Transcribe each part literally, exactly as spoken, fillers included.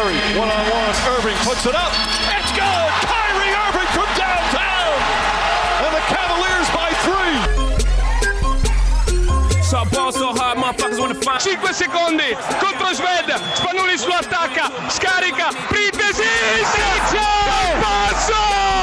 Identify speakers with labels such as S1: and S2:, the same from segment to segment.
S1: Curry, one-on-one, Irving puts it up, it's good! Kyrie Irving from downtown! And the Cavaliers by three!
S2: So ball so hard, motherfuckers wanna find.
S3: cinque secondi contro Sved, Spanulis lo attacca, scarica, Printesi, Sezio, passo,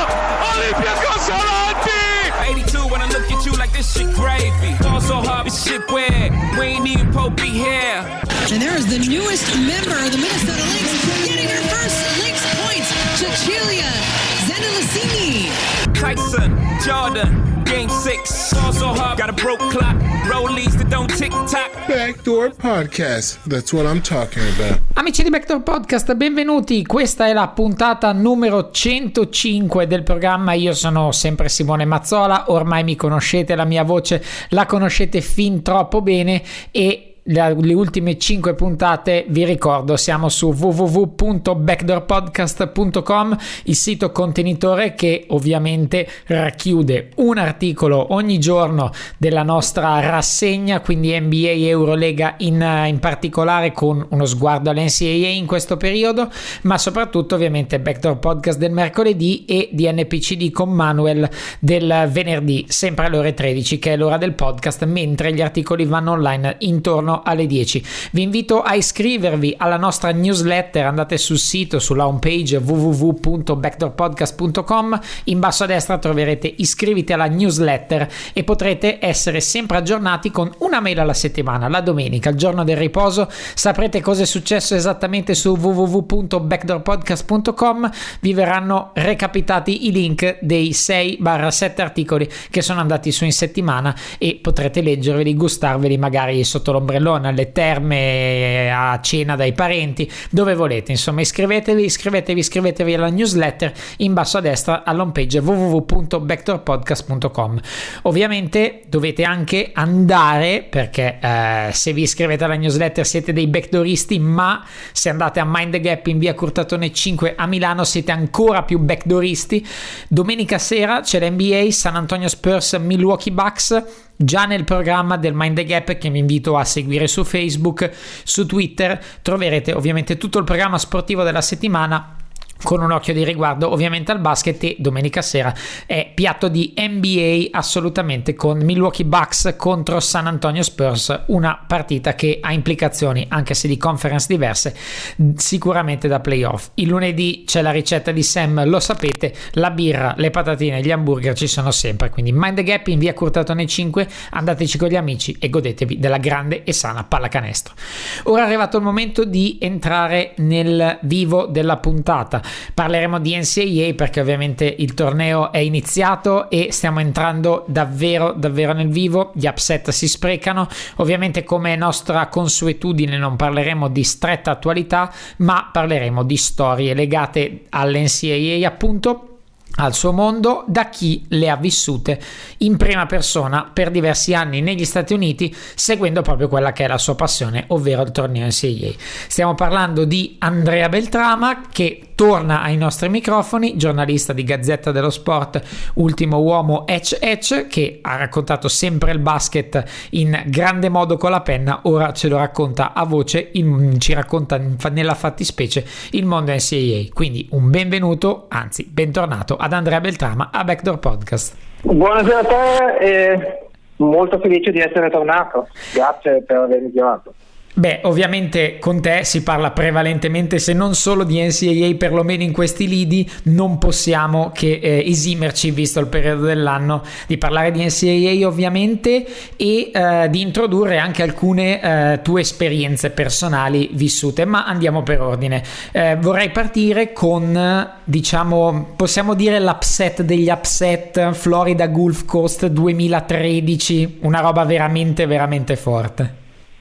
S3: Olympiacos avanti!
S2: eighty-two when I look at you like this shit gravy. Ball so hard, this shit weird. We ain't even Pope be here.
S4: And there is the newest member of the Minnesota Lynx getting her first Lynx points, Cecilia Zendelicini.
S2: Tyson, Jordan, game six. Ball so hard, got a broke clock. Rollies that don't tick tock.
S5: Backdoor Podcast, that's what I'm talking about.
S6: Amici di Backdoor Podcast, benvenuti. Questa è la puntata numero centocinque del programma. Io sono sempre Simone Mazzola, ormai mi conoscete, la mia voce la conoscete fin troppo bene e le ultime cinque puntate, vi ricordo, siamo su w w w punto backdoor podcast punto com, il sito contenitore che ovviamente racchiude un articolo ogni giorno della nostra rassegna, quindi N B A e Eurolega in, in particolare, con uno sguardo all'N C A A in questo periodo, ma soprattutto ovviamente Backdoor Podcast del mercoledì e D N P C D con Manuel del venerdì, sempre alle ore tredici, che è l'ora del podcast, mentre gli articoli vanno online intorno alle dieci. Vi invito a iscrivervi alla nostra newsletter, andate sul sito, sulla homepage w w w punto backdoor podcast punto com, in basso a destra troverete iscriviti alla newsletter e potrete essere sempre aggiornati con una mail alla settimana. La domenica, il giorno del riposo, saprete cosa è successo esattamente su w w w punto backdoor podcast punto com, vi verranno recapitati i link dei sei sette articoli che sono andati su in settimana e potrete leggerveli, gustarveli magari sotto l'ombrellone, alle terme, a cena dai parenti, dove volete. Insomma, iscrivetevi, iscrivetevi, iscrivetevi alla newsletter in basso a destra all'home page w w w punto backdoor podcast punto com. Ovviamente dovete anche andare, perché eh, se vi iscrivete alla newsletter siete dei backdooristi, ma se andate a Mind the Gap in via Curtatone cinque a Milano siete ancora più backdooristi. Domenica sera c'è l'N B A, San Antonio Spurs Milwaukee Bucks, già nel programma del Mind the Gap, che vi invito a seguire su Facebook, su Twitter. Troverete ovviamente tutto il programma sportivo della settimana, con un occhio di riguardo ovviamente al basket, e domenica sera è piatto di N B A assolutamente, con Milwaukee Bucks contro San Antonio Spurs, una partita che ha implicazioni anche se di conference diverse, sicuramente da playoff. Il lunedì c'è la ricetta di Sam, lo sapete, la birra, le patatine, gli hamburger ci sono sempre, quindi Mind the Gap in via Curtatone cinque, andateci con gli amici e godetevi della grande e sana pallacanestro. Ora è arrivato il momento di entrare nel vivo della puntata. Parleremo di N C A A perché ovviamente il torneo è iniziato e stiamo entrando davvero davvero nel vivo. Gli upset si sprecano, ovviamente come è nostra consuetudine non parleremo di stretta attualità, ma parleremo di storie legate all'N C A A, appunto al suo mondo, da chi le ha vissute in prima persona per diversi anni negli Stati Uniti, seguendo proprio quella che è la sua passione, ovvero il torneo N C A A. Stiamo parlando di Andrea Beltrama, che torna ai nostri microfoni, giornalista di Gazzetta dello Sport, ultimo uomo Ecce Ecce, che ha raccontato sempre il basket in grande modo con la penna, ora ce lo racconta a voce, in, ci racconta nella fattispecie il mondo N C A A. Quindi un benvenuto, anzi bentornato ad Andrea Beltrama a Backdoor Podcast.
S7: Buonasera a te e molto felice di essere tornato, grazie per avermi chiamato.
S6: Beh, ovviamente con te si parla prevalentemente, se non solo di N C A A, perlomeno in questi lidi, non possiamo che eh, esimerci, visto il periodo dell'anno, di parlare di N C A A ovviamente, e eh, di introdurre anche alcune eh, tue esperienze personali vissute, ma andiamo per ordine. Eh, vorrei partire con, diciamo, possiamo dire l'upset degli upset, Florida Gulf Coast duemilatredici, una roba veramente veramente forte.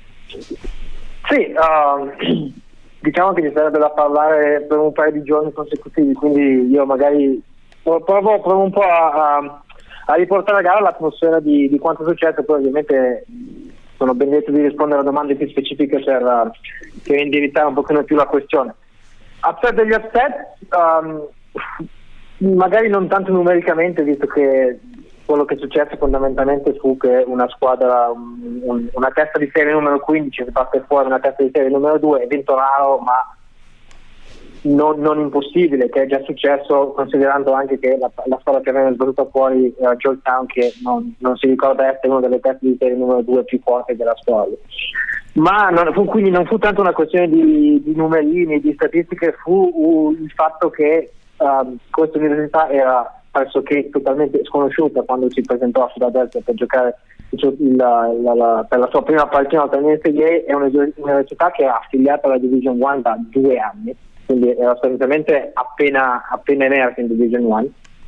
S7: Sì, uh, diciamo che ci sarebbe da parlare per un paio di giorni consecutivi, quindi io magari provo, provo un po' a, a, a riportare a gara l'atmosfera di, di quanto è successo, poi ovviamente sono ben lieto di rispondere a domande più specifiche per, uh, per indirizzare un pochino più la questione. Upset degli upset, um, magari non tanto numericamente, visto che quello che è successo fondamentalmente fu che una squadra, un, una testa di serie numero quindi ci batte fuori una testa di serie numero due, evento raro, ma non, non impossibile, che è già successo, considerando anche che la, la squadra che aveva sbattuto fuori era Georgetown, che non, non si ricorda essere una delle teste di serie numero due più forti della storia. Ma non fu, quindi non fu tanto una questione di, di numerini, di statistiche, fu uh, il fatto che uh, questa università era pressoché totalmente sconosciuta quando si presentò a Philadelphia per giocare il, il, la, la, per la sua prima partita in N C A A. È un'università che è affiliata alla Division One da due anni, quindi era assolutamente appena, appena emersa in Division One,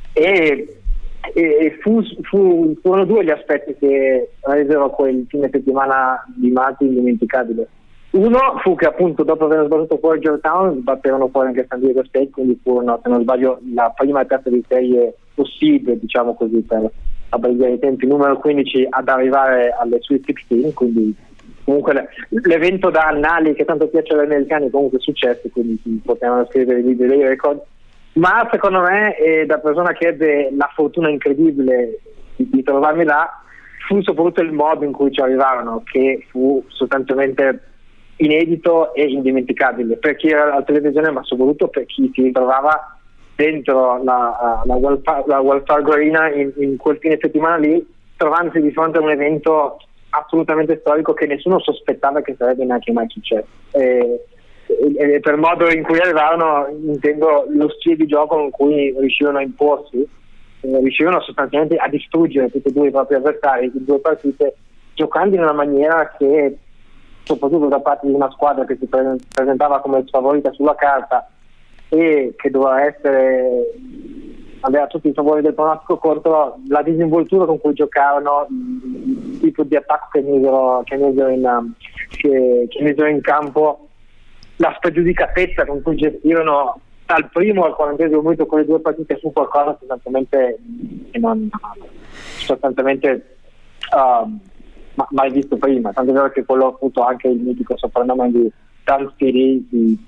S7: e, e fu, fu, furono due gli aspetti che resero quel fine settimana di Martin indimenticabile. Uno fu che appunto dopo aver sbattuto fuori Georgetown sbattevano fuori anche San Diego State, quindi furono, se non sbaglio, la prima terza di serie possibile, diciamo così, per abbracciare i tempi, numero quindici ad arrivare alle Sweet sedici, quindi comunque l'evento da annali che tanto piace agli americani comunque è successo, quindi si potevano scrivere i libri dei record. Ma secondo me, eh, da persona che ebbe la fortuna incredibile di, di trovarmi là, fu soprattutto il modo in cui ci arrivarono, che fu sostanzialmente inedito e indimenticabile per chi era alla televisione, ma soprattutto per chi si ritrovava dentro la, la, la Wells Fargo Arena in, in quel fine settimana lì, trovandosi di fronte a un evento assolutamente storico che nessuno sospettava che sarebbe neanche mai successo. E, e, e per modo in cui arrivarono intendo lo stile di gioco con cui riuscivano a imporsi, eh, riuscivano sostanzialmente a distruggere tutti e due i propri avversari in due partite, giocando in una maniera che, soprattutto da parte di una squadra che si pre- presentava come favorita sulla carta e che doveva essere, aveva tutti i favori del pronostico contro, la disinvoltura con cui giocarono, il tipo di attacco che misero, che misero, in, che, che misero in campo, la spregiudicatezza con cui gestirono dal primo al quarantesimo minuto con le due partite, su qualcosa sostanzialmente che non sostanzialmente uh, ma mai visto prima, tanto è vero che quello ha avuto anche il mitico soprannome di Dance City, di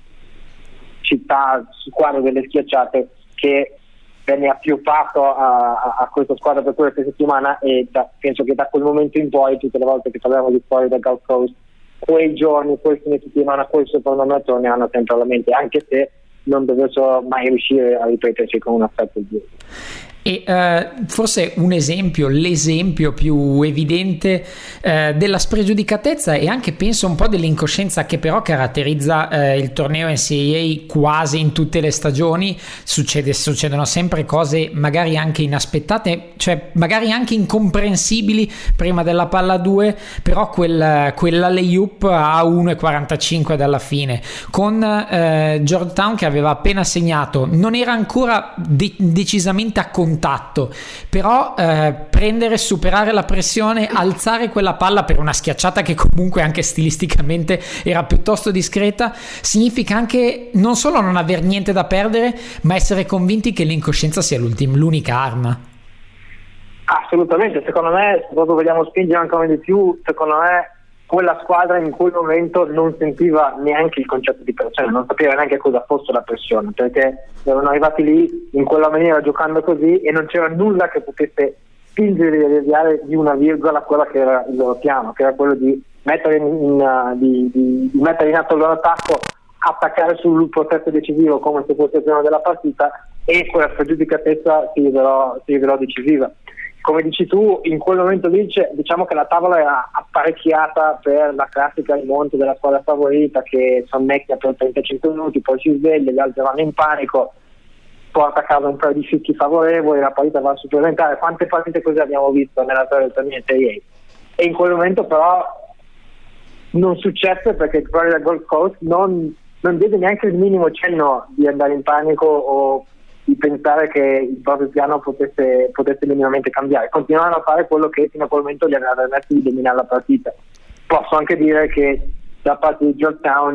S7: città squadra delle schiacciate, che venne appioppato a, a, a questa squadra per questa settimana, e da, penso che da quel momento in poi, tutte le volte che parliamo di fuori da Gulf Coast, quei giorni, quei fine settimana, quel soprannome ne hanno sempre alla mente, anche se non dovessero mai riuscire a ripetersi con un affetto di
S6: E uh, forse un esempio, l'esempio più evidente uh, della spregiudicatezza, e anche penso un po' dell'incoscienza che però caratterizza uh, il torneo N C A A quasi in tutte le stagioni. Succede, succedono sempre cose magari anche inaspettate, cioè magari anche incomprensibili prima della palla due, però quel, quell'alley-oop a uno e quarantacinque dalla fine con uh, Georgetown che aveva appena segnato, non era ancora de- decisamente a contatto, però eh, prendere, superare la pressione, alzare quella palla per una schiacciata che comunque anche stilisticamente era piuttosto discreta, significa anche non solo non aver niente da perdere, ma essere convinti che l'incoscienza sia l'unica arma.
S7: Assolutamente, secondo me, se proprio vogliamo spingere ancora di più, secondo me quella squadra in quel momento non sentiva neanche il concetto di pressione, non sapeva neanche cosa fosse la pressione, perché erano arrivati lì in quella maniera, giocando così, e non c'era nulla che potesse spingere a deviare di una virgola quella che era il loro piano, che era quello di mettere in, in, uh, di, di, di mettere in atto il loro attacco, attaccare sul processo decisivo come se fosse il primo della partita, e quella spregiudicatezza si rivelò, si rivelò decisiva. Come dici tu, in quel momento lì diciamo che la tavola era apparecchiata per la classica rimonta della squadra favorita che sonnecchia per trentacinque minuti, poi si sveglia, gli altri vanno in panico, porta a casa un paio di fichi favorevoli, la partita va a supplementare. Quante partite così abbiamo visto nella storia del torneo N C A A? E in quel momento però non successe, perché il Florida Gulf Coast non, non diede neanche il minimo cenno di andare in panico o di pensare che il proprio piano potesse, potesse minimamente cambiare. Continuavano a fare quello che fino a quel momento gli aveva permesso di dominare la partita. Posso anche dire che da parte di Georgetown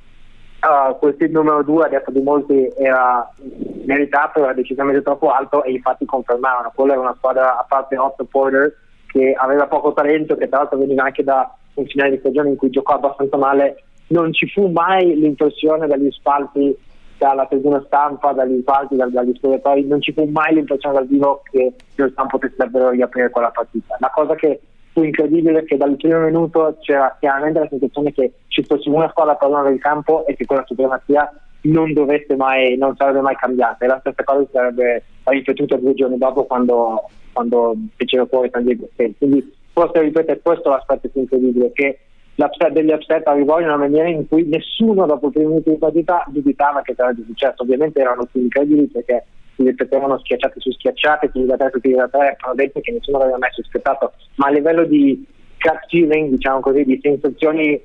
S7: uh, quel seed numero due, a detta di molti, era meritato, era decisamente troppo alto, e infatti confermavano. Quella era una squadra, a parte Otto Porter, che aveva poco talento, che tra l'altro veniva anche da un finale di stagione in cui giocò abbastanza male. Non ci fu mai l'impressione dagli spalti, dalla tribuna stampa, dagli spalti, dagli spogliatoi, non ci fu mai l'impressione dal vivo che Georgetown potesse davvero riaprire quella partita. La cosa che fu incredibile è che dal primo minuto c'era chiaramente la sensazione che ci fosse una squadra padrona del campo e che quella supremazia non dovesse mai, non sarebbe mai cambiata, e la stessa cosa si sarebbe ripetuta due giorni dopo quando, quando fecero fuori San Diego State. Quindi forse, ripeto, è questo l'aspetto più incredibile, che l'upset degli upset arrivò in una maniera in cui nessuno dopo il primo minuto di partita dubitava che sarebbe successo. Ovviamente erano più incredibili perché si ripetevano schiacciate su schiacciate, tiri da tre su tiri da tre, hanno detto che nessuno aveva mai sospettato, ma a livello di gut feeling, diciamo così, di sensazioni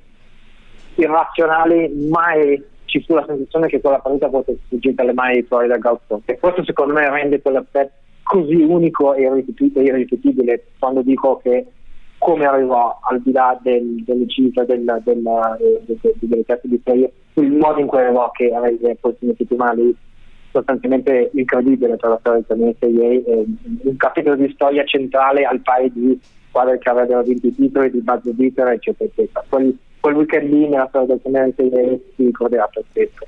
S7: irrazionali, mai ci fu la sensazione che quella partita fosse sfuggita alle mani di Florida Gulf Coast, e questo secondo me rende quell'upset così unico e irripetibile, quando dico che come arrivò, al di là del, delle cifre del, del, del, del, delle teste di serie, il modo in cui arrivò, che aveva questi settimane sostanzialmente incredibile per la storia del N C A A, un capitolo di storia centrale al pari di squadre che avrebbero vinto i titoli, di buzzer beater, eccetera eccetera. Quel, quel weekend lì nella storia del N C A A si ricorderà per sempre.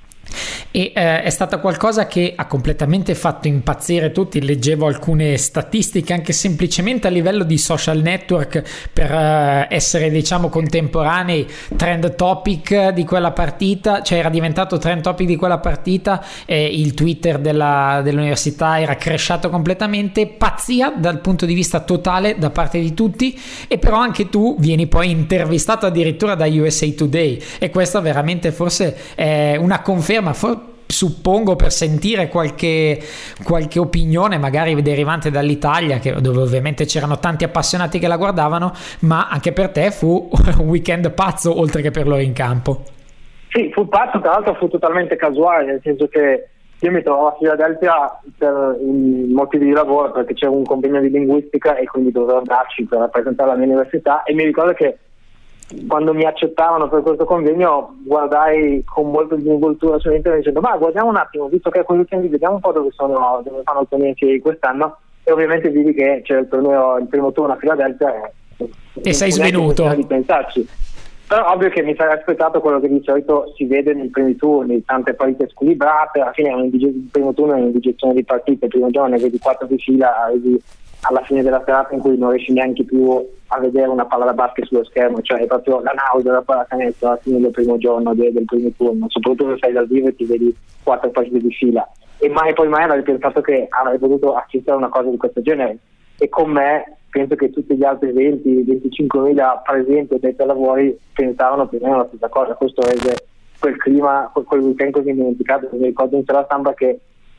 S6: E eh, è stata qualcosa che ha completamente fatto impazzire tutti. Leggevo alcune statistiche anche semplicemente a livello di social network per eh, essere, diciamo, contemporanei. Trend topic di quella partita, cioè era diventato trend topic di quella partita, e il Twitter della, dell'università era crashato completamente. Pazzia dal punto di vista totale da parte di tutti, e però anche tu vieni poi intervistato addirittura da U S A Today, e questa veramente forse è una conferma, for- suppongo, per sentire qualche, qualche opinione magari derivante dall'Italia, che, dove ovviamente c'erano tanti appassionati che la guardavano, ma anche per te fu un weekend pazzo oltre che per loro in campo.
S7: Sì, fu pazzo, tra l'altro fu totalmente casuale, nel senso che io mi trovavo a Philadelphia per motivi di lavoro, perché c'era un convegno di linguistica e quindi dovevo andarci per rappresentare la mia università, e mi ricordo che quando mi accettavano per questo convegno guardai con molta disinvoltura su internet dicendo ma guardiamo un attimo, visto che è quel weekend, vediamo un po' dove sono, dove fanno il torneo di quest'anno, e ovviamente vidi che c'era il, torneo, il primo turno a Philadelphia e,
S6: e sei svenuto
S7: di pensarci. Però ovvio che mi sarei aspettato quello che di solito si vede nei primi turni, tante partite squilibrate, alla fine il primo turno è un'indigezione di partite, il primo giorno ne vedi quattro di fila, vedi alla fine della serata in cui non riesci neanche più a vedere una palla da basket sullo schermo, cioè è proprio la nausea della pallacanestro alla fine del primo giorno del, del primo turno, soprattutto se sei dal vivo e ti vedi quattro partite di fila, e mai poi mai avrei pensato che avrei potuto assistere a una cosa di questo genere. E con me penso che tutti gli altri venti venticinquemila presenti dei lavori pensavano più o meno la stessa cosa. Questo rese quel clima, quel weekend così indimenticato. Mi ricordo in sala stampa che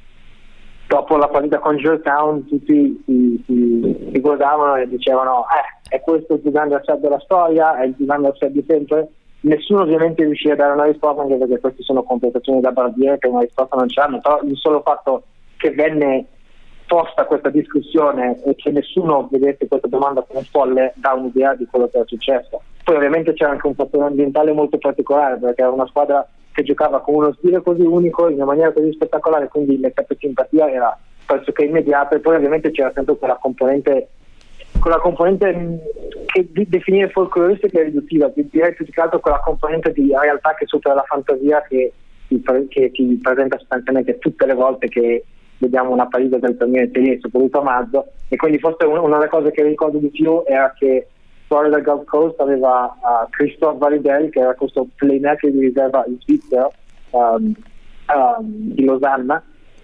S7: dopo la partita con Georgetown tutti si, si, si guardavano e dicevano eh, è questo il più grande asset della storia, è il più grande asset di sempre. Nessuno ovviamente riuscì a dare una risposta, anche perché queste sono completazioni da barbiere che una risposta non c'hanno, però il solo fatto che venne posta questa discussione e che nessuno vedesse questa domanda come folle dà un'idea di quello che era successo. Poi ovviamente c'era anche un fattore ambientale molto particolare, perché era una squadra che giocava con uno stile così unico, in una maniera così spettacolare, quindi l'effetto simpatia era pressoché immediato, e poi ovviamente c'era sempre quella componente quella componente che di definire folcloristica è riduttiva, direi più che altro quella componente di realtà che supera la fantasia che ti, che ti presenta sostanzialmente tutte le volte che vediamo una partita del torneo in serie, soprattutto a marzo. E quindi forse una delle cose che ricordo di più era che Florida Gulf Coast aveva uh, Christophe Validel, che era questo playmaker di riserva in Svizzera, um, um, di Losanna,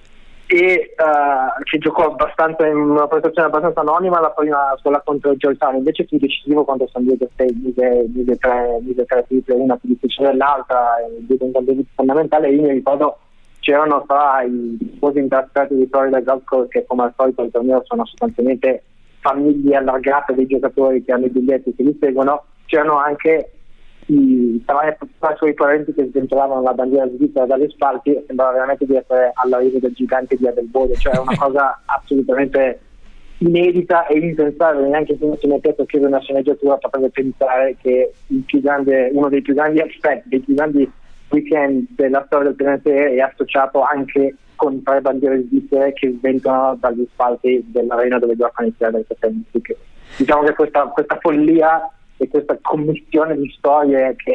S7: e uh, che giocò abbastanza in una prestazione abbastanza anonima la prima scuola contro Georgetown, invece fu decisivo quando San Diego State mise, mise tre, mise tre triple, una più difficile dell'altra, diede un cambiamento fondamentale. E io mi ricordo c'erano tra i tifosi interessati di Florida Gulf Coast, che come al solito il torneo sono sostanzialmente famiglie allargate dei giocatori che hanno i biglietti che li seguono, c'erano anche i, tra i suoi parenti che sventolavano la bandiera svizzera dalle spalti, e sembrava veramente di essere all'arrivo del gigante Via del Bode, cioè una cosa assolutamente inedita e impensabile. Neanche se uno si mettesse a scrivere una sceneggiatura potrebbe pensare che il più grande, uno dei più grandi aspetti, dei più grandi weekend della storia del pianeta è associato anche con tre bandiere svizzere che sventano dagli spalti dell'arena dove giocano i Philadelphia seventy-sixers. Diciamo che questa, questa follia e questa commistione di storie che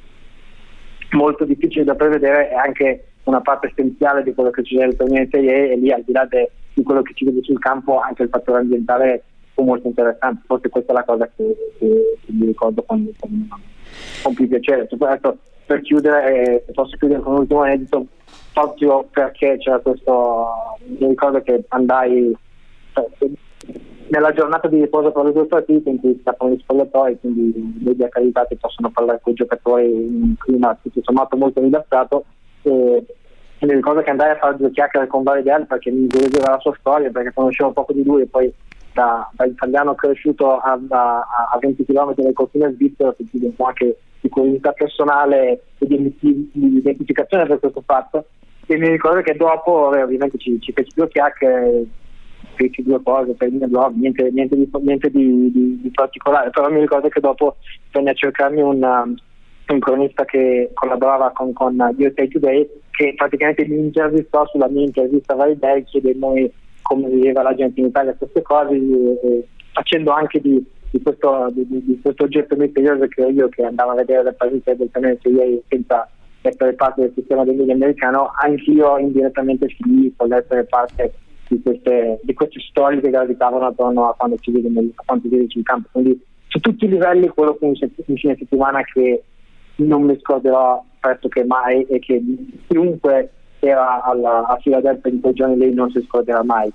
S7: è molto difficile da prevedere è anche una parte essenziale di quello che ci nel torneo N C A A, e lì al di là de, di quello che ci vede sul campo anche il fattore ambientale fu molto interessante. Forse questa è la cosa che, che, che mi ricordo quando, quando con più piacere. Soprattutto per chiudere, eh, posso chiudere con un ultimo aneddoto, proprio perché c'era questo, mi ricordo che andai eh, nella giornata di riposo per le due partite in cui scappano gli spogliatoi, quindi i media accreditati possono parlare con i giocatori in un clima tutto sommato molto rilassato, e mi ricordo che andai a fare due chiacchiere con Varidel perché mi incuriosiva la sua storia, perché conoscevo poco di lui, e poi da, da italiano cresciuto a, a, a venti chilometri dal confine svizzero ti chiede un po' anche di curiosità personale e di, di, di identificazione per questo fatto. E mi ricordo che dopo eh, ovviamente ci, ci feci due chiacchiere, feci due cose per il mio blog, niente, niente, di, niente di, di, di particolare, però mi ricordo che dopo venne a cercarmi un, um, un cronista che collaborava con, con U S A Today, che praticamente mi intervistò sulla mia intervista a Varidel, chiedendomi come viveva la gente in Italia, queste cose, e, e facendo anche di, di, questo, di, di questo oggetto misterioso che io, che andavo a vedere le partite del torneo ieri senza essere parte del sistema dei media americano, anch'io indirettamente finì con l'essere parte di queste, di queste storie che gravitavano attorno a quando si vede nel, a quando si vede in campo. Quindi su tutti i livelli quello che in fine settimana che non mi scorderò pressoché mai, e che chiunque era alla, a Philadelphia in quei giorni lì non si scorderà mai.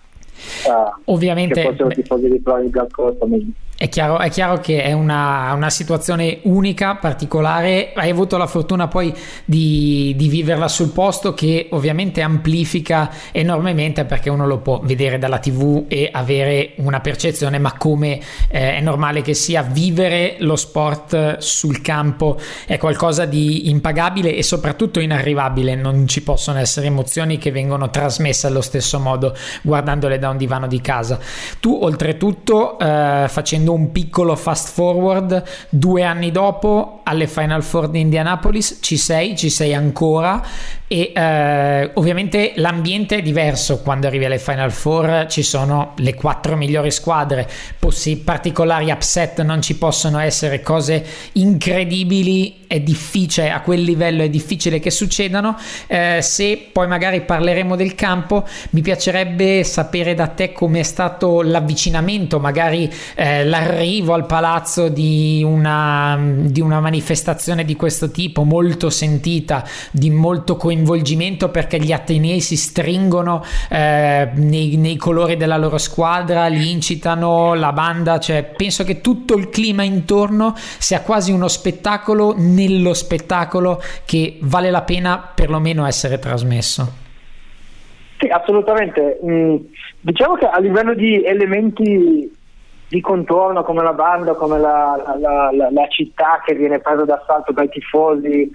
S7: Uh,
S6: Ovviamente
S7: che fossero tifosi di Florida Coast, meglio.
S6: È chiaro, è chiaro che è una, una situazione unica, particolare. Hai avuto la fortuna poi di, di viverla sul posto, che ovviamente amplifica enormemente, perché uno lo può vedere dalla tivù e avere una percezione, ma come eh, è normale che sia, vivere lo sport sul campo è qualcosa di impagabile e soprattutto inarrivabile. Non ci possono essere emozioni che vengono trasmesse allo stesso modo guardandole da un divano di casa. Tu oltretutto eh, facendo un piccolo fast forward, due anni dopo alle Final Four di Indianapolis ci sei, ci sei ancora, e eh, ovviamente l'ambiente è diverso quando arrivi alle Final Four, ci sono le quattro migliori squadre, possi- particolari upset non ci possono essere, cose incredibili, è difficile, a quel livello è difficile che succedano. Eh, se poi magari parleremo del campo, mi piacerebbe sapere da te com'è stato l'avvicinamento, magari eh, l'arrivo al palazzo di una, di una manifestazione di questo tipo, molto sentita, di molto coinvolgimento, perché gli atenei si stringono eh, nei, nei colori della loro squadra, li incitano, la banda, cioè penso che tutto il clima intorno sia quasi uno spettacolo nello spettacolo, che vale la pena perlomeno essere trasmesso.
S7: Sì, assolutamente. Mm, diciamo che a livello di elementi di contorno, come la banda, come la, la, la, la città che viene presa d'assalto dai tifosi,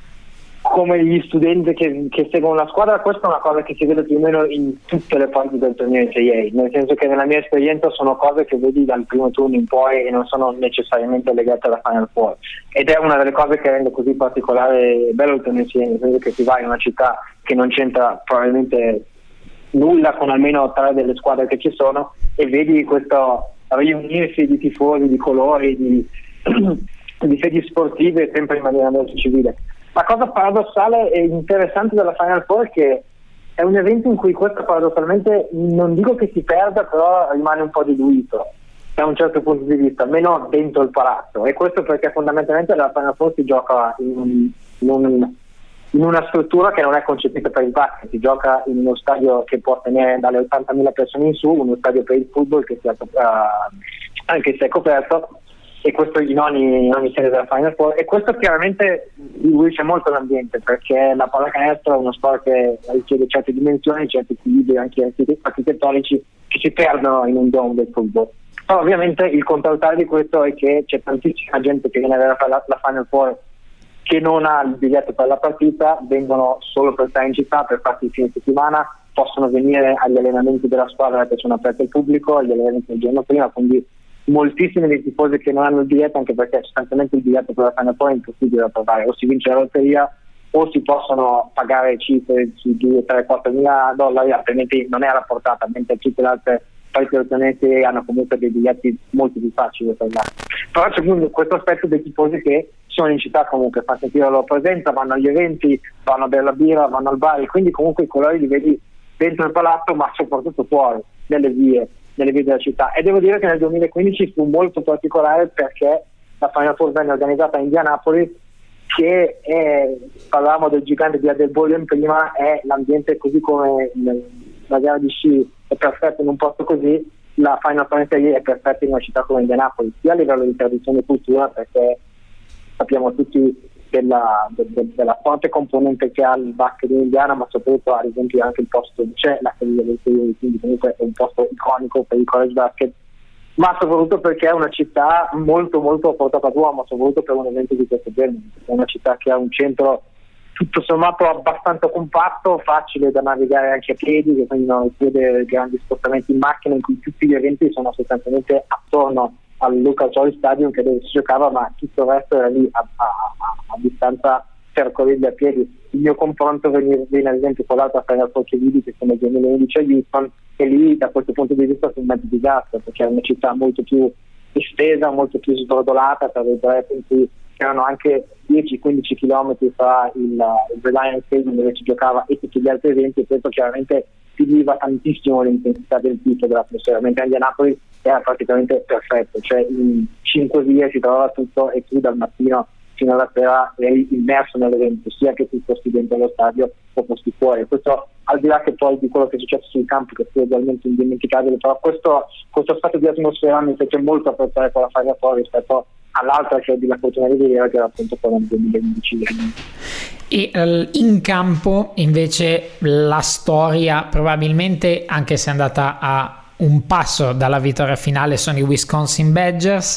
S7: come gli studenti che, che seguono la squadra, questa è una cosa che si vede più o meno in tutte le parti del torneo N C A A, nel senso che nella mia esperienza sono cose che vedi dal primo turno in poi e non sono necessariamente legate alla Final Four, ed è una delle cose che rende così particolare e bello il torneo N C A A, nel senso che si va in una città che non c'entra probabilmente nulla con almeno tre delle squadre che ci sono, e vedi questo riunirsi di tifosi, di colori, di, di sedi sportive, sempre in maniera molto civile. La cosa paradossale e interessante della Final Four è che è un evento in cui questo paradossalmente, non dico che si perda, però rimane un po' diluito da un certo punto di vista, almeno dentro il palazzo, e questo perché fondamentalmente la Final Four si gioca in, un, in, un, in una struttura che non è concepita per il basket, si gioca in uno stadio che può tenere dalle ottantamila persone in su, uno stadio per il football che sia, uh, anche se è coperto, e questo in ogni, in ogni serie della Final Four, e questo chiaramente diluisce molto l'ambiente, perché la pallacanestro è uno sport che richiede certe dimensioni, certi equilibri anche architettonici che si perdono in un dome del football. Però ovviamente il contraltare di questo è che c'è tantissima gente che viene a vedere la, la Final Four che non ha il biglietto per la partita, vengono solo per stare in città, per farsi il fine settimana, possono venire agli allenamenti della squadra che sono aperti al pubblico, agli allenamenti del giorno prima, quindi moltissimi dei tifosi che non hanno il biglietto, anche perché sostanzialmente il biglietto per la Final Four è impossibile da trovare, o si vince la lotteria o si possono pagare cifre su due, tre, quattro mila dollari, altrimenti non è alla portata, mentre tutte le altre partite hanno comunque dei biglietti molto più facili da trovare. Però c'è questo aspetto dei tifosi che sono in città, comunque fanno sentire la loro presenza, vanno agli eventi, vanno a bere la birra, vanno al bar, e quindi comunque i colori li vedi dentro il palazzo, ma soprattutto fuori, nelle vie nelle vie della città. E devo dire che nel duemilaquindici fu molto particolare, perché la Final Four venne organizzata a Indianapolis, che è, parlavamo del gigante di Adelboden prima, è l'ambiente così come la gara di sci è perfetta in un posto così, la Final Four è perfetta in una città come Indianapolis, sia a livello di tradizione e cultura, perché sappiamo tutti della, de, de, della forte componente che ha il basket in Indiana, ma soprattutto ad esempio anche il posto dove c'è la famiglia dei Coyote, quindi comunque è un posto iconico per il college basket, ma soprattutto perché è una città molto molto a portata d'uomo, soprattutto per un evento di questo genere. È una città che ha un centro tutto sommato abbastanza compatto, facile da navigare anche a piedi, che quindi non richiede grandi spostamenti in macchina, in cui tutti gli eventi sono sostanzialmente attorno al Lucas Oil Stadium, che dove si giocava, ma tutto il resto era lì a, a, a, a distanza percorribile a piedi. Il mio confronto viene, viene ad esempio con l'altra Final Four che vidi, che come duemilaundici a Houston, e lì da questo punto di vista fu un mezzo disastro, perché è una città molto più estesa, molto più sbrodolata, tra virgolette, in cui c'erano anche dieci quindici chilometri fra il, il Reliance Stadium dove si giocava e tutti gli altri eventi, e questo chiaramente finiva tantissimo l'intensità del tifo, dell'atmosfera, mentre a Indianapolis era praticamente perfetto, cioè in cinque vie si trovava tutto e tu dal mattino fino alla sera eri immerso nell'evento, sia che tu fossi dentro lo stadio o fossi fuori. Questo al di là che poi di quello che è successo sul campo, che fu ugualmente indimenticabile, però questo, questo stato di atmosfera mi fece molto apprezzare con la Final Four rispetto all'altra che ho di la fortuna di vedere, che era appunto quella del duemilaundici.
S6: E uh, in campo invece la storia, probabilmente, anche se è andata a un passo dalla vittoria finale, sono i Wisconsin Badgers.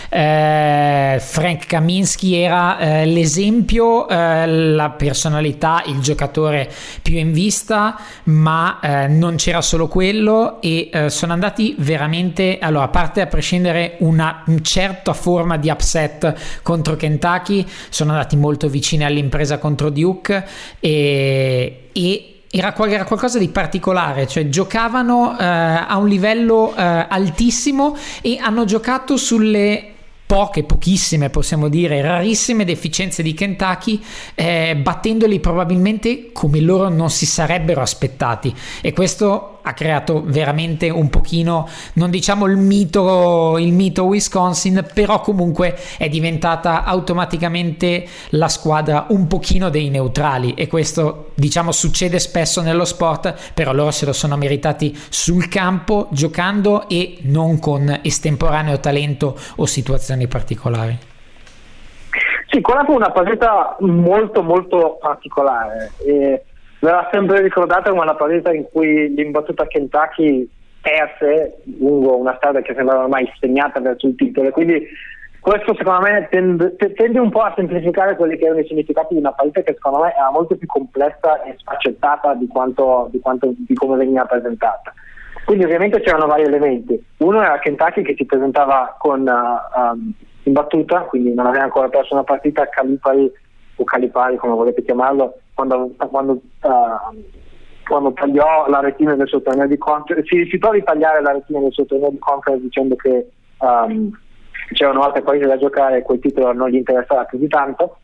S6: eh, Frank Kaminsky era eh, l'esempio, eh, la personalità, il giocatore più in vista, ma eh, non c'era solo quello, e eh, sono andati veramente, allora, a parte a prescindere una certa forma di upset contro Kentucky, sono andati molto vicini all'impresa contro Duke, e, e Era, era qualcosa di particolare, cioè giocavano eh, a un livello eh, altissimo, e hanno giocato sulle poche, pochissime, possiamo dire, rarissime deficienze di Kentucky, eh, battendoli probabilmente come loro non si sarebbero aspettati, e questo ha creato veramente un pochino, non diciamo il mito, il mito Wisconsin, però comunque è diventata automaticamente la squadra un pochino dei neutrali, e questo diciamo succede spesso nello sport, però loro se lo sono meritati sul campo, giocando e non con estemporaneo talento o situazioni particolari.
S7: Sì, quella fu una partita molto molto particolare, e verrà sempre ricordata come una partita in cui l'imbattuta Kentucky perse lungo una strada che sembrava ormai segnata verso il titolo, e quindi questo secondo me tende, tende un po' a semplificare quelli che erano i significati di una partita che secondo me era molto più complessa e sfaccettata di quanto, di quanto di come veniva presentata. Quindi ovviamente c'erano vari elementi. Uno era Kentucky che si presentava con uh, um, imbattuta, quindi non aveva ancora perso una partita, Calipari o Calipari come volete chiamarlo, quando, quando, uh, quando tagliò la retina del suo torneo di conference, si rifiutò di tagliare la retina del suo torneo di conference dicendo che um, c'erano altre partite da giocare e quel titolo non gli interessava più di tanto,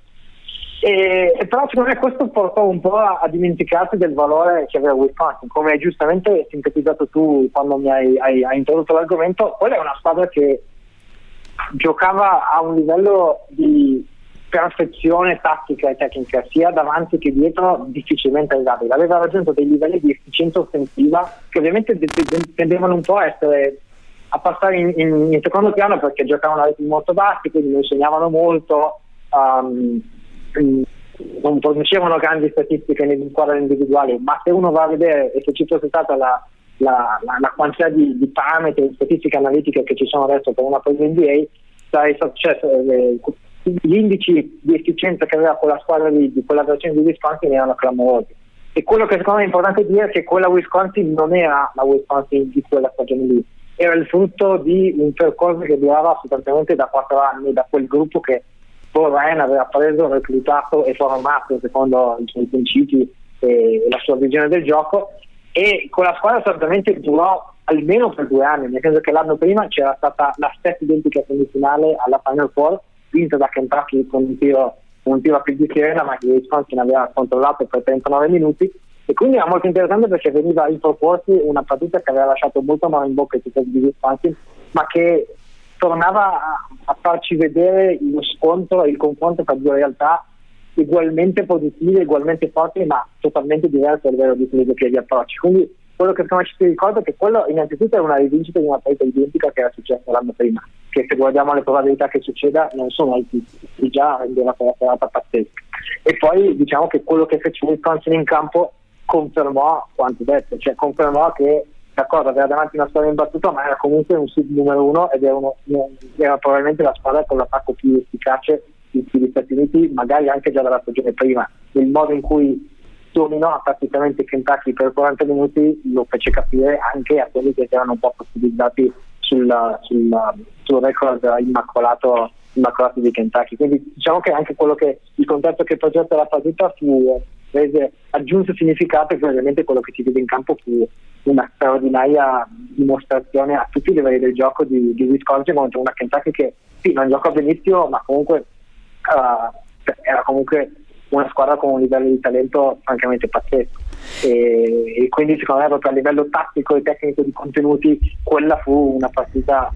S7: e, e però secondo me questo portò un po' a, a dimenticarsi del valore che aveva Wisconsin. Come hai giustamente sintetizzato tu quando mi hai, hai, hai introdotto l'argomento, quella è una squadra che giocava a un livello di perfezione tattica e tecnica sia davanti che dietro difficilmente arrivabile. Aveva raggiunto dei livelli di efficienza offensiva che ovviamente tendevano un po' a essere a passare in, in, in secondo piano, perché giocavano a ritmi molto bassi, quindi non segnavano molto, um, non producevano grandi statistiche nelle squadre individuali, ma se uno va a vedere, e se ci fosse stata la, la, la, la quantità di, di parametri e statistiche analitiche che ci sono adesso per una partita N B A, sai, cioè, le, gli indici di efficienza che aveva quella squadra di, di quella versione di Wisconsin erano clamorosi. E quello che secondo me è importante dire è che quella Wisconsin non era la Wisconsin di quella stagione lì, era il frutto di un percorso che durava sostanzialmente da quattro anni, da quel gruppo che Paul Ryan aveva preso, reclutato e formato secondo i suoi principi e la sua visione del gioco, e con la squadra sostanzialmente durò almeno per due anni, nel senso che l'anno prima c'era stata la stessa identica semifinale alla Final Four, vinta da Kentucky con un tiro, un tiro a più di sirena, ma che Wisconsin aveva controllato per trentanove minuti, e quindi era molto interessante perché veniva in proporsi una partita che aveva lasciato molto male in bocca ai tifosi di Wisconsin, ma che tornava a, a farci vedere lo scontro e il confronto tra due realtà ugualmente positive, ugualmente forti, ma totalmente diverse a livello di filosofia e di approcci. Quindi quello che secondo me ci si ricorda è che quello innanzitutto è una rivincita di una partita identica che era successa l'anno prima, che se guardiamo le probabilità che succeda non sono altissime, già rendeva quella serata pazzesca. E poi diciamo che quello che fece Wisconsin in campo confermò quanto detto, cioè confermò che d'accordo aveva davanti una squadra imbattuta, ma era comunque un seed numero uno ed era, uno, era probabilmente la squadra con l'attacco più efficace degli Stati Uniti, magari anche già dalla stagione prima. Il modo in cui dominò praticamente Kentucky per quaranta minuti lo fece capire anche a quelli che erano un po' fossilizzati sul, sul, sul record immacolato, immacolato di Kentucky. Quindi diciamo che anche quello che il contesto che progetta la partita fu rese, aggiunse significato, e ovviamente quello che si vede in campo fu una straordinaria dimostrazione a tutti i livelli del gioco di, di Wisconsin contro una Kentucky che sì, non giocò benissimo, ma comunque uh, era comunque una squadra con un livello di talento francamente pazzesco, e, e quindi secondo me proprio a livello tattico e tecnico di contenuti quella fu una partita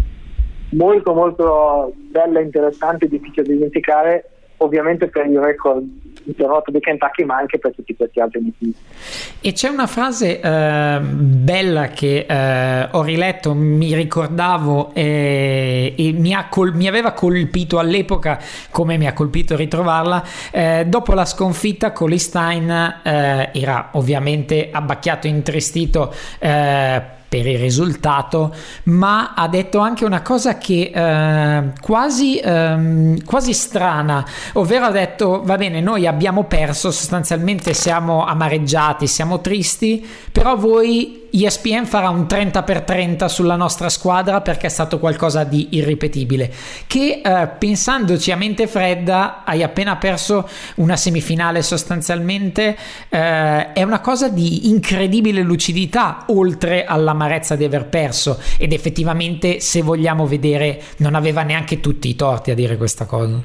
S7: molto molto bella, interessante, difficile da dimenticare, ovviamente per il record interrotto di Kentucky, ma anche per tutti questi altri motivi.
S6: E c'è una frase eh, bella che eh, ho riletto, mi ricordavo eh, e mi, ha col- mi aveva colpito all'epoca, come mi ha colpito ritrovarla. Eh, dopo la sconfitta, Cauley-Stein eh, era ovviamente abbacchiato, intristito eh, per il risultato, ma ha detto anche una cosa che eh, quasi ehm, quasi strana, ovvero ha detto: va bene, noi abbiamo perso, sostanzialmente siamo amareggiati, siamo tristi, però voi E S P N farà un trenta per trenta sulla nostra squadra perché è stato qualcosa di irripetibile. Che eh, pensandoci a mente fredda, hai appena perso una semifinale sostanzialmente, eh, è una cosa di incredibile lucidità, oltre all'amarezza di aver perso, ed effettivamente, se vogliamo vedere, non aveva neanche tutti i torti a dire questa cosa.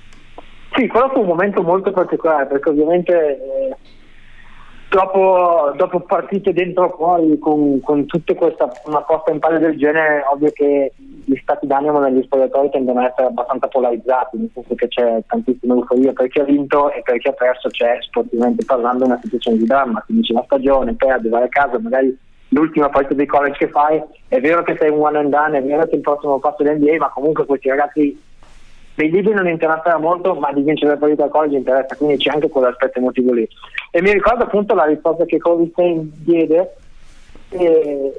S7: Sì, quello fu un momento molto particolare, perché ovviamente eh, dopo, dopo partite dentro o fuori con, con tutta questa una posta in palio del genere, ovvio che gli stati d'animo negli spogliatoi tendono ad essere abbastanza polarizzati, nel senso che c'è tantissima euforia per chi ha vinto, e per chi ha perso c'è, sportivamente parlando, una situazione di dramma. Finisce la stagione, perdi, vai a casa, magari l'ultima partita di college che fai, è vero che sei un one and done, è vero che il prossimo passo è l'N B A, ma comunque questi ragazzi dei libri non interessava molto, ma di vincere la partita al college interessa, quindi c'è anche quell'aspetto emotivo lì. E mi ricordo appunto la risposta che Cauley-Stein diede, e,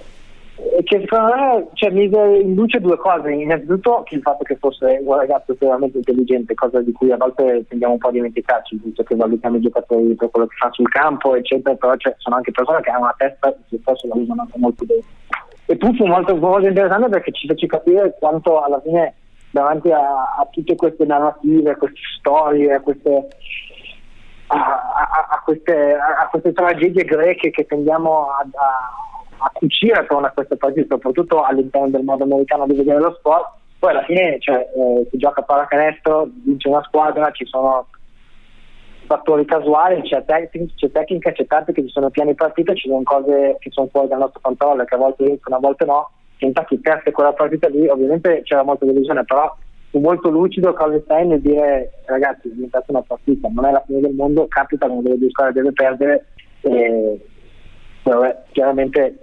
S7: e che secondo me, cioè, mise in luce due cose. Innanzitutto il fatto che fosse un ragazzo estremamente intelligente, cosa di cui a volte tendiamo un po' a dimenticarci, visto che valutiamo i giocatori per quello che fa sul campo eccetera, però cioè, sono anche persone che hanno una testa e se stesso la usano anche molto bene. E poi fu molto, molto interessante perché ci fece capire quanto alla fine davanti a, a tutte queste narrative, a queste storie, a queste a, a, a queste a queste tragedie greche che tendiamo a, a, a cucire attorno a queste partite, soprattutto all'interno del modo americano di vedere lo sport. Poi alla fine, cioè, eh, si gioca a pallacanestro, vince una squadra, ci sono fattori casuali, c'è, tec- c'è tecnica, c'è tattica, ci sono piani partita, ci sono cose che sono fuori dal nostro controllo, che a volte riescono, a volte no. Kentucky perde quella partita lì, ovviamente c'era molta delusione, però fu molto lucido Cauley-Stein nel dire: ragazzi, è diventata una partita, non è la fine del mondo, capita quando delle due squadre deve perdere, e vabbè, chiaramente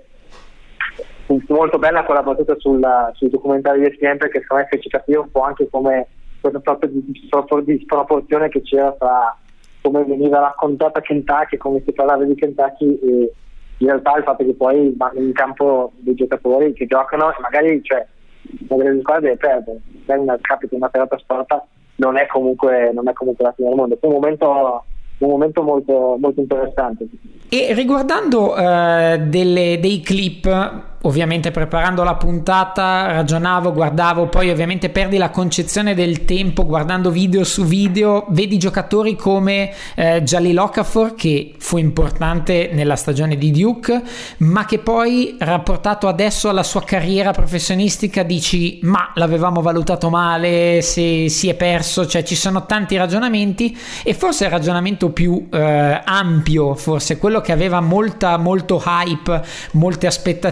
S7: fu molto bella quella battuta sulla, sul documentario di E S P N, perché secondo me fece capire un po' anche come questa sorta di, di sproporzione che c'era tra come veniva raccontata Kentucky, come si parlava di Kentucky, e in realtà il fatto che poi vanno in campo dei giocatori che giocano e magari, cioè, una delle squadre deve perdere, se una capita una serata storta non è comunque non è comunque la fine del mondo. Fu un momento un momento molto molto interessante.
S6: E riguardando uh, delle, dei clip, ovviamente preparando la puntata ragionavo, guardavo, poi ovviamente perdi la concezione del tempo guardando video su video, vedi giocatori come eh, Jalil Okafor, che fu importante nella stagione di Duke, ma che poi rapportato adesso alla sua carriera professionistica dici: ma l'avevamo valutato male, se si è perso, cioè ci sono tanti ragionamenti, e forse il ragionamento più eh, ampio, forse quello che aveva molta molto hype, molte aspettative,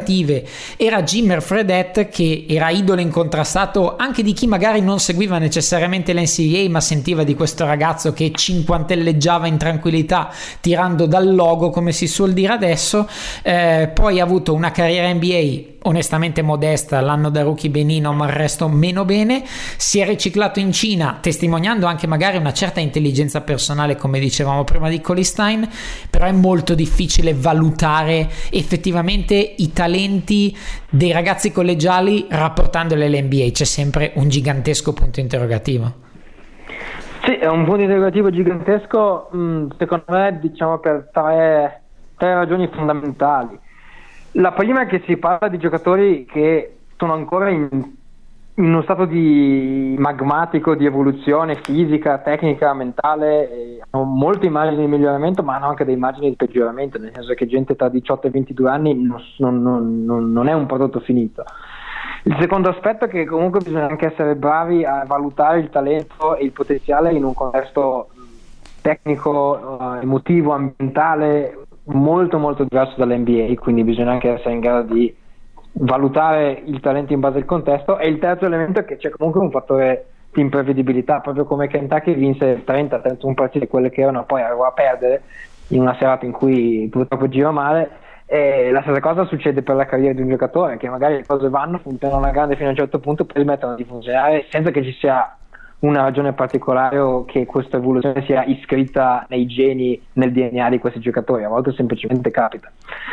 S6: che era Jimmer Fredette, che era idolo incontrastato anche di chi magari non seguiva necessariamente l'N C A A, ma sentiva di questo ragazzo che cinquantelleggiava in tranquillità tirando dal logo, come si suol dire adesso. Eh, poi ha avuto una carriera N B A onestamente modesta, l'anno da rookie benino, ma il resto meno bene. Si è riciclato in Cina, testimoniando anche magari una certa intelligenza personale, come dicevamo prima di Cauley Stein, però è molto difficile valutare effettivamente i talenti dei ragazzi collegiali rapportandoli all'N B A. C'è sempre un gigantesco punto interrogativo.
S8: Sì, è un punto interrogativo gigantesco, secondo me, diciamo per tre, tre ragioni fondamentali. La prima è che si parla di giocatori che sono ancora in, in uno stato di magmatico di evoluzione fisica, tecnica, mentale, e hanno molti margini di miglioramento, ma hanno anche dei margini di peggioramento, nel senso che gente tra diciotto e ventidue anni non, non, non, non è un prodotto finito. Il secondo aspetto è che comunque bisogna anche essere bravi a valutare il talento e il potenziale in un contesto tecnico, uh, emotivo, ambientale molto molto diverso dall'N B A, quindi bisogna anche essere in grado di valutare il talento in base al contesto. E il terzo elemento è che c'è comunque un fattore di imprevedibilità, proprio come Kentucky vinse trenta trentuno partite, quelle che erano, poi arrivò a perdere in una serata in cui purtroppo gira male. E la stessa cosa succede per la carriera di un giocatore, che magari le cose vanno, funzionano alla grande fino a un certo punto, poi smettono di funzionare senza che ci sia una ragione particolare o che questa evoluzione sia iscritta nei geni, nel D N A di questi giocatori. A volte semplicemente capita.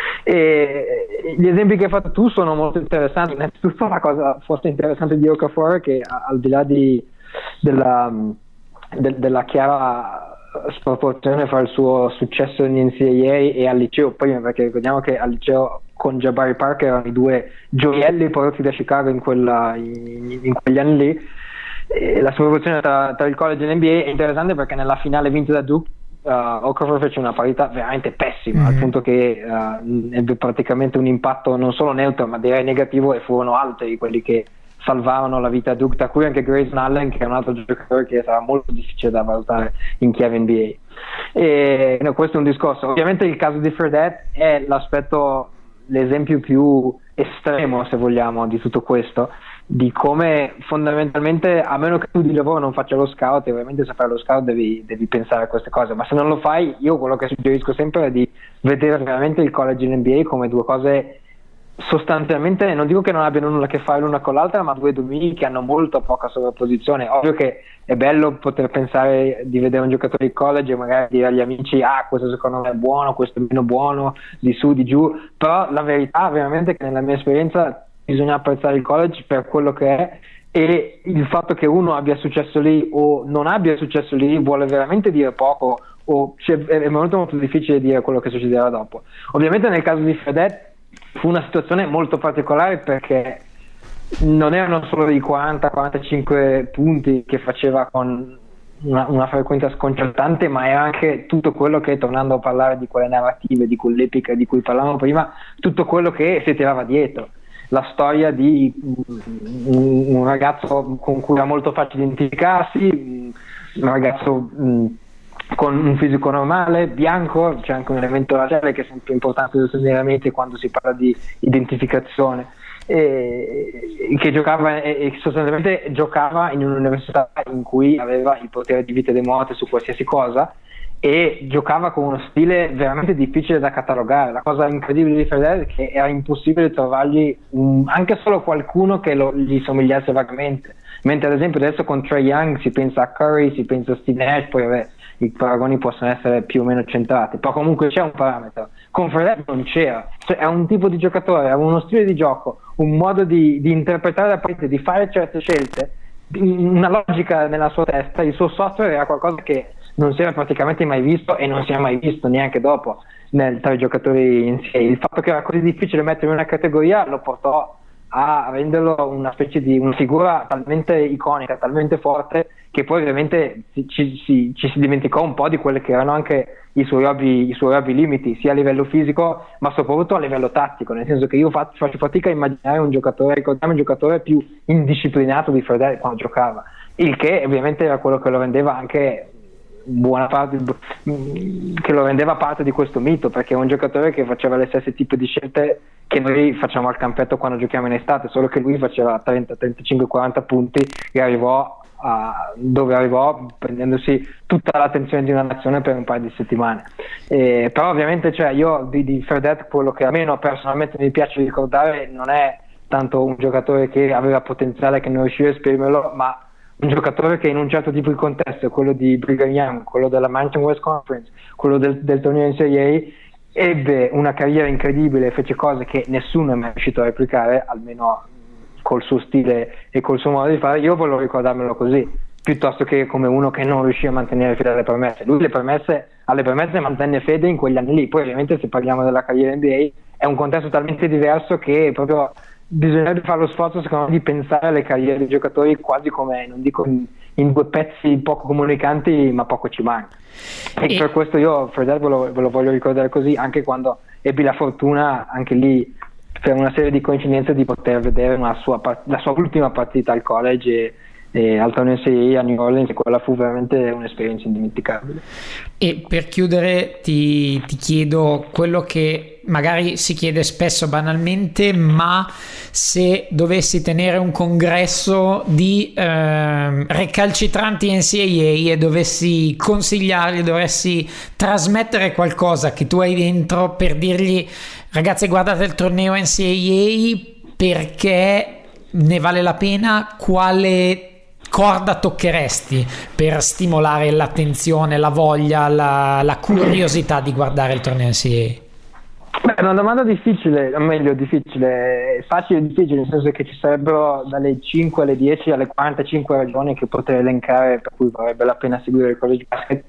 S8: E gli esempi che hai fatto tu sono molto interessanti. Innanzitutto la cosa forse interessante di Okafor è che, al di là di, della, de, della chiara sproporzione fra il suo successo in N C A A e al liceo prima, perché ricordiamo che al liceo con Jabari Parker erano i due gioielli prodotti da Chicago in, quella, in, in quegli anni lì. E la sproporzione tra, tra il college e l'N B A è interessante perché nella finale vinta da Duke uh, Okafor fece una parità veramente pessima, mm-hmm. al punto che uh, ebbe praticamente un impatto non solo neutro ma direi negativo, e furono altri quelli che salvarono la vita a Duke, tra cui anche Grayson Allen, che è un altro giocatore che sarà molto difficile da valutare in chiave N B A. E no, questo è un discorso. Ovviamente il caso di Fredette è l'aspetto, l'esempio più estremo, se vogliamo, di tutto questo, di come fondamentalmente, a meno che tu di lavoro non faccia lo scout, e ovviamente se fai lo scout devi, devi pensare a queste cose, ma se non lo fai, io quello che suggerisco sempre è di vedere veramente il college e l'N B A come due cose sostanzialmente, non dico che non abbiano nulla a che fare l'una con l'altra, ma due domini che hanno molto poca sovrapposizione. Ovvio che è bello poter pensare di vedere un giocatore di college e magari dire agli amici ah questo secondo me è buono, questo è meno buono, di su, di giù, però la verità veramente è che nella mia esperienza bisogna apprezzare il college per quello che è, e il fatto che uno abbia successo lì o non abbia successo lì vuole veramente dire poco, o cioè, è molto molto difficile dire quello che succederà dopo. Ovviamente nel caso di Fredette fu una situazione molto particolare perché non erano solo i quaranta quarantacinque punti che faceva con una, una frequenza sconcertante, ma era anche tutto quello che, tornando a parlare di quelle narrative, di quell'epica di cui parlavamo prima, tutto quello che si tirava dietro. La storia di un, un ragazzo con cui era molto facile identificarsi, un ragazzo mh, con un fisico normale, bianco, c'è anche un elemento raciale che è sempre importante sostenere quando si parla di identificazione, e, che giocava e, e sostanzialmente giocava in un'università in cui aveva il potere di vita e di morte su qualsiasi cosa, e giocava con uno stile veramente difficile da catalogare. La cosa incredibile di Fredette è che era impossibile trovargli un, anche solo qualcuno che lo, gli somigliasse vagamente, mentre ad esempio adesso con Trae Young si pensa a Curry, si pensa a Steve Nash, poi vabbè, i paragoni possono essere più o meno centrati, però comunque c'è un parametro. Con Fredette non c'era, cioè, è un tipo di giocatore, aveva uno stile di gioco, un modo di, di interpretare la partita, di fare certe scelte, una logica nella sua testa. Il suo software era qualcosa che non si era praticamente mai visto e non si è mai visto neanche dopo nel, tra i giocatori in sé. Il fatto che era così difficile mettere in una categoria lo portò a renderlo una specie di una figura talmente iconica, talmente forte, che poi ovviamente ci, ci, ci si dimenticò un po' di quelli che erano anche i suoi ovvi, i suoi ovvi limiti, sia a livello fisico ma soprattutto a livello tattico, nel senso che io faccio, faccio fatica a immaginare un giocatore, ricordiamo un giocatore più indisciplinato di Fredette quando giocava, il che ovviamente era quello che lo rendeva anche buona parte, che lo rendeva parte di questo mito, perché è un giocatore che faceva le stesse tipi di scelte che noi facciamo al campetto quando giochiamo in estate, solo che lui faceva trenta, trentacinque, quaranta punti e arrivò a dove arrivò prendendosi tutta l'attenzione di una nazione per un paio di settimane. Eh, però ovviamente, cioè, io di, di Fredette, quello che a me personalmente mi piace ricordare non è tanto un giocatore che aveva potenziale che non riusciva a esprimerlo, ma un giocatore che in un certo tipo di contesto, quello di Brigham Young, quello della Mountain West Conference, quello del, del torneo N C A A, ebbe una carriera incredibile, fece cose che nessuno è mai riuscito a replicare, almeno col suo stile e col suo modo di fare. Io voglio ricordarmelo così, piuttosto che come uno che non riuscì a mantenere fede alle promesse. Lui le promesse, alle promesse mantenne fede in quegli anni lì. Poi ovviamente, se parliamo della carriera N B A, è un contesto talmente diverso che proprio bisognerebbe fare lo sforzo, secondo me, di pensare alle carriere dei giocatori quasi come, non dico in, in due pezzi poco comunicanti, ma poco ci manca. E, e per questo io Fredette ve lo, ve lo voglio ricordare così, anche quando ebbi la fortuna, anche lì per una serie di coincidenze, di poter vedere una sua, la sua ultima partita al college e, e al torneo N C A A a New Orleans, e quella fu veramente un'esperienza indimenticabile.
S6: E per chiudere ti, ti chiedo quello che magari si chiede spesso banalmente, ma se dovessi tenere un congresso di eh, recalcitranti N C A A e dovessi consigliargli, dovessi trasmettere qualcosa che tu hai dentro per dirgli: ragazzi, guardate il torneo N C A A perché ne vale la pena, quale corda toccheresti per stimolare l'attenzione, la voglia, la, la curiosità di guardare il torneo N C A A?
S8: Beh, è una domanda difficile, o meglio difficile, facile e difficile, nel senso che ci sarebbero dalle cinque alle dieci alle quarantacinque ragioni che potrei elencare per cui varrebbe la pena seguire il college basket.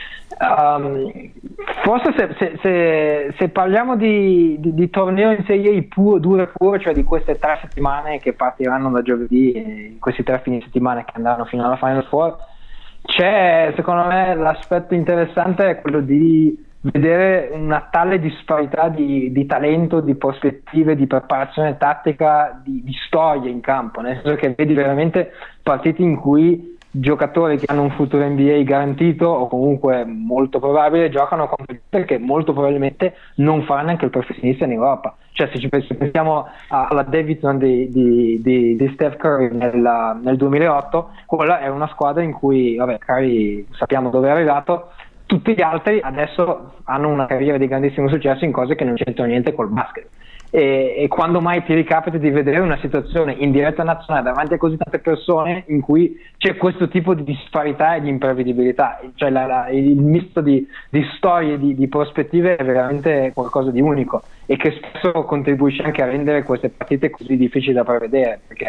S8: Um, forse se, se, se, se parliamo di, di, di torneo in Serie A puro, duro e puro, cioè di queste tre settimane che partiranno da giovedì e questi tre fine settimana che andranno fino alla Final Four, c'è, secondo me, l'aspetto interessante è quello di vedere una tale disparità di, di talento, di prospettive, di preparazione tattica, di, di storie in campo, nel senso che vedi veramente partite in cui giocatori che hanno un futuro N B A garantito o comunque molto probabile giocano contro gente che molto probabilmente non fa neanche il professionista in Europa. Cioè, se ci pensiamo alla Davidson di, di, di, di Steph Curry nel, nel duemilaotto, quella è una squadra in cui, vabbè, Curry sappiamo dove è arrivato, tutti gli altri adesso hanno una carriera di grandissimo successo in cose che non c'entrano niente col basket. E, e quando mai ti ricapita di vedere una situazione in diretta nazionale davanti a così tante persone in cui c'è questo tipo di disparità e di imprevedibilità, cioè la, la, il misto di, di storie, di, di prospettive è veramente qualcosa di unico e che spesso contribuisce anche a rendere queste partite così difficili da prevedere, perché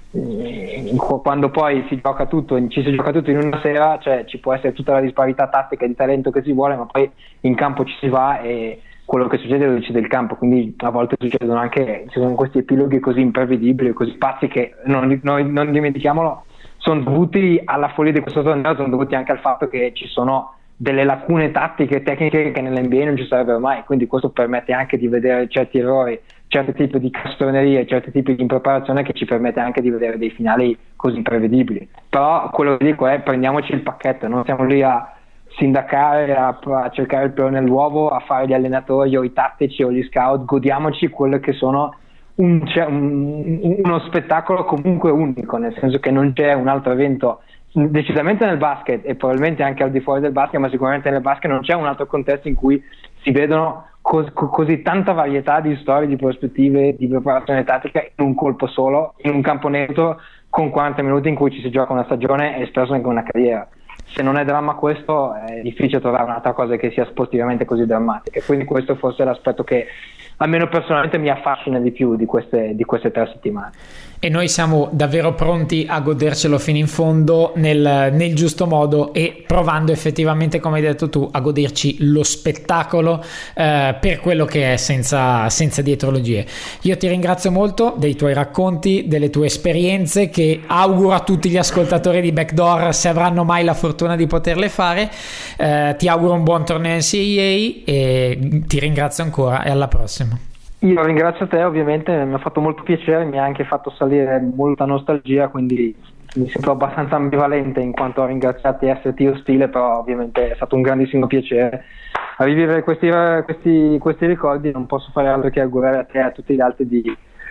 S8: eh, quando poi si gioca tutto, ci si gioca tutto in una sera, cioè ci può essere tutta la disparità tattica e di talento che si vuole, ma poi in campo ci si va e quello che succede lo decide il campo, quindi a volte succedono anche, ci sono questi epiloghi così imprevedibili, così pazzi che non, non, non dimentichiamolo, sono dovuti alla follia di questo torneo, sono dovuti anche al fatto che ci sono delle lacune tattiche e tecniche che nell'N B A non ci sarebbero mai, quindi questo permette anche di vedere certi errori, certi tipi di castronerie, certi tipi di impreparazione che ci permette anche di vedere dei finali così imprevedibili. Però quello che dico è: prendiamoci il pacchetto, non siamo lì a sindacare, a, a cercare il pelo nell'uovo, a fare gli allenatori o i tattici o gli scout, godiamoci quello che sono un, un, uno spettacolo comunque unico, nel senso che non c'è un altro evento, decisamente nel basket e probabilmente anche al di fuori del basket, ma sicuramente nel basket non c'è un altro contesto in cui si vedono cos- così tanta varietà di storie, di prospettive, di preparazione tattica in un colpo solo, in un campo neutro, con quaranta minuti in cui ci si gioca una stagione e spesso anche una carriera. Se non è dramma questo, è difficile trovare un'altra cosa che sia sportivamente così drammatica, quindi questo forse è l'aspetto che almeno personalmente mi affascina di più di queste, di queste tre settimane.
S6: E noi siamo davvero pronti a godercelo fino in fondo nel, nel giusto modo e provando effettivamente, come hai detto tu, a goderci lo spettacolo eh, per quello che è, senza, senza dietrologie. Io ti ringrazio molto dei tuoi racconti, delle tue esperienze, che auguro a tutti gli ascoltatori di Backdoor, se avranno mai la fortuna di poterle fare. Eh, ti auguro un buon torneo N C A A e ti ringrazio ancora e alla prossima.
S8: Io ringrazio te, ovviamente mi ha fatto molto piacere, mi ha anche fatto salire molta nostalgia, quindi mi sento abbastanza ambivalente in quanto a ringraziarti S T o stile, però ovviamente è stato un grandissimo piacere a rivivere questi, questi, questi ricordi. Non posso fare altro che augurare a te e a tutti gli altri di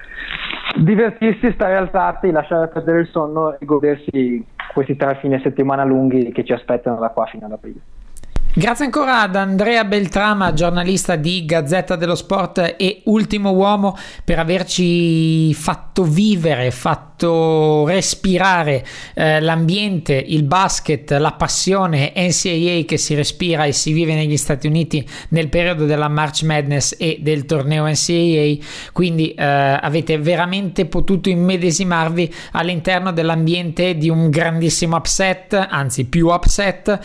S8: divertirsi, stare alzati, lasciare perdere il sonno e godersi questi tre fine settimana lunghi che ci aspettano da qua fino ad aprile.
S6: Grazie ancora ad Andrea Beltrama, giornalista di Gazzetta dello Sport e Ultimo Uomo, per averci fatto vivere, fatto respirare eh, l'ambiente, il basket, la passione N C A A che si respira e si vive negli Stati Uniti nel periodo della March Madness e del torneo N C A A. Quindi eh, avete veramente potuto immedesimarvi all'interno dell'ambiente di un grandissimo upset, anzi più upset,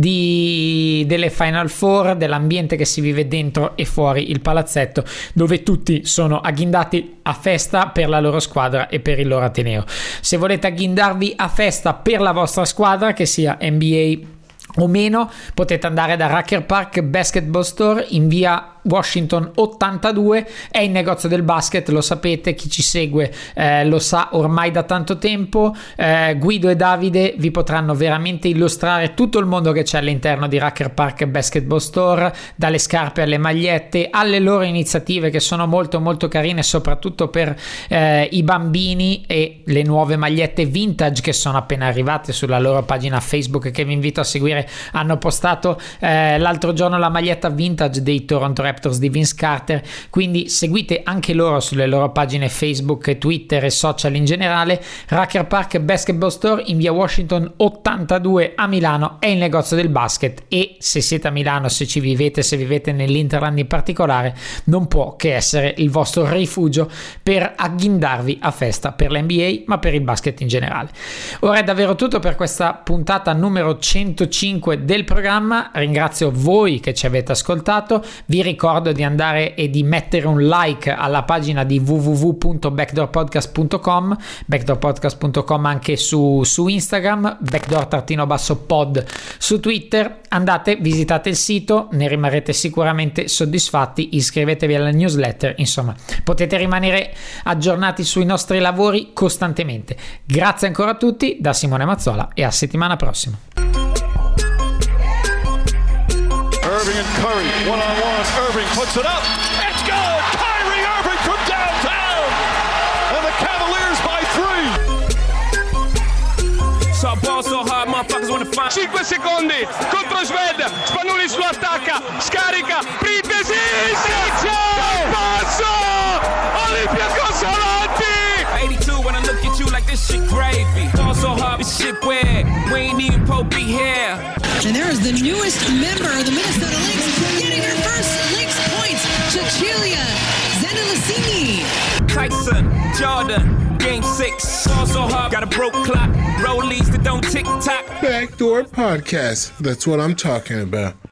S6: di delle Final Four, dell'ambiente che si vive dentro e fuori il palazzetto, dove tutti sono agghindati a festa per la loro squadra e per il loro ateneo. Se volete agghindarvi a festa per la vostra squadra, che sia N B A o meno, potete andare da Rucker Park Basketball Store in via Washington ottantadue. È il negozio del basket, lo sapete, chi ci segue eh, lo sa ormai da tanto tempo. eh, Guido e Davide vi potranno veramente illustrare tutto il mondo che c'è all'interno di Rucker Park Basketball Store, dalle scarpe alle magliette, alle loro iniziative che sono molto molto carine, soprattutto per eh, i bambini, e le nuove magliette vintage che sono appena arrivate sulla loro pagina Facebook, che vi invito a seguire. Hanno postato eh, l'altro giorno la maglietta vintage dei Toronto Raptors di Vince Carter, quindi seguite anche loro sulle loro pagine Facebook, Twitter e social in generale. Rucker Park Basketball Store in via Washington ottantadue a Milano è il negozio del basket, e se siete a Milano, se ci vivete, se vivete nell'Interland in particolare, non può che essere il vostro rifugio per agghindarvi a festa per l'N B A, ma per il basket in generale. Ora è davvero tutto per questa puntata numero centocinque del programma. Ringrazio voi che ci avete ascoltato, vi ricordo di andare e di mettere un like alla pagina di w w w punto backdoor podcast punto com, backdoor podcast punto com anche su, su Instagram, backdoor-pod su Twitter. Andate, visitate il sito, ne rimarrete sicuramente soddisfatti, iscrivetevi alla newsletter, insomma potete rimanere aggiornati sui nostri lavori costantemente. Grazie ancora a tutti da Simone Mazzola e a settimana prossima.
S1: Irving and Curry, one on one. Irving puts it up. It's good. Kyrie Irving from downtown, and the Cavaliers by three.
S2: So ball so hard, motherfuckers wanna find.
S3: cinque secondi contro Sved, Spanulis lo attacca, scarica, Pripesi, Sergio, passo, Olympiacos avanti.
S2: eighty-two when I look at you like this shit gravy. Ball so hard, this shit weird. We ain't even Pope be here.
S4: And there is the newest member of the Minnesota Lynx getting her first Lynx points, Cecilia Zendelicini.
S2: Tyson, Jordan, game six. Ball so hard, got a broke clock. Rollies that don't tick tock.
S5: Backdoor Podcast. That's what I'm talking about.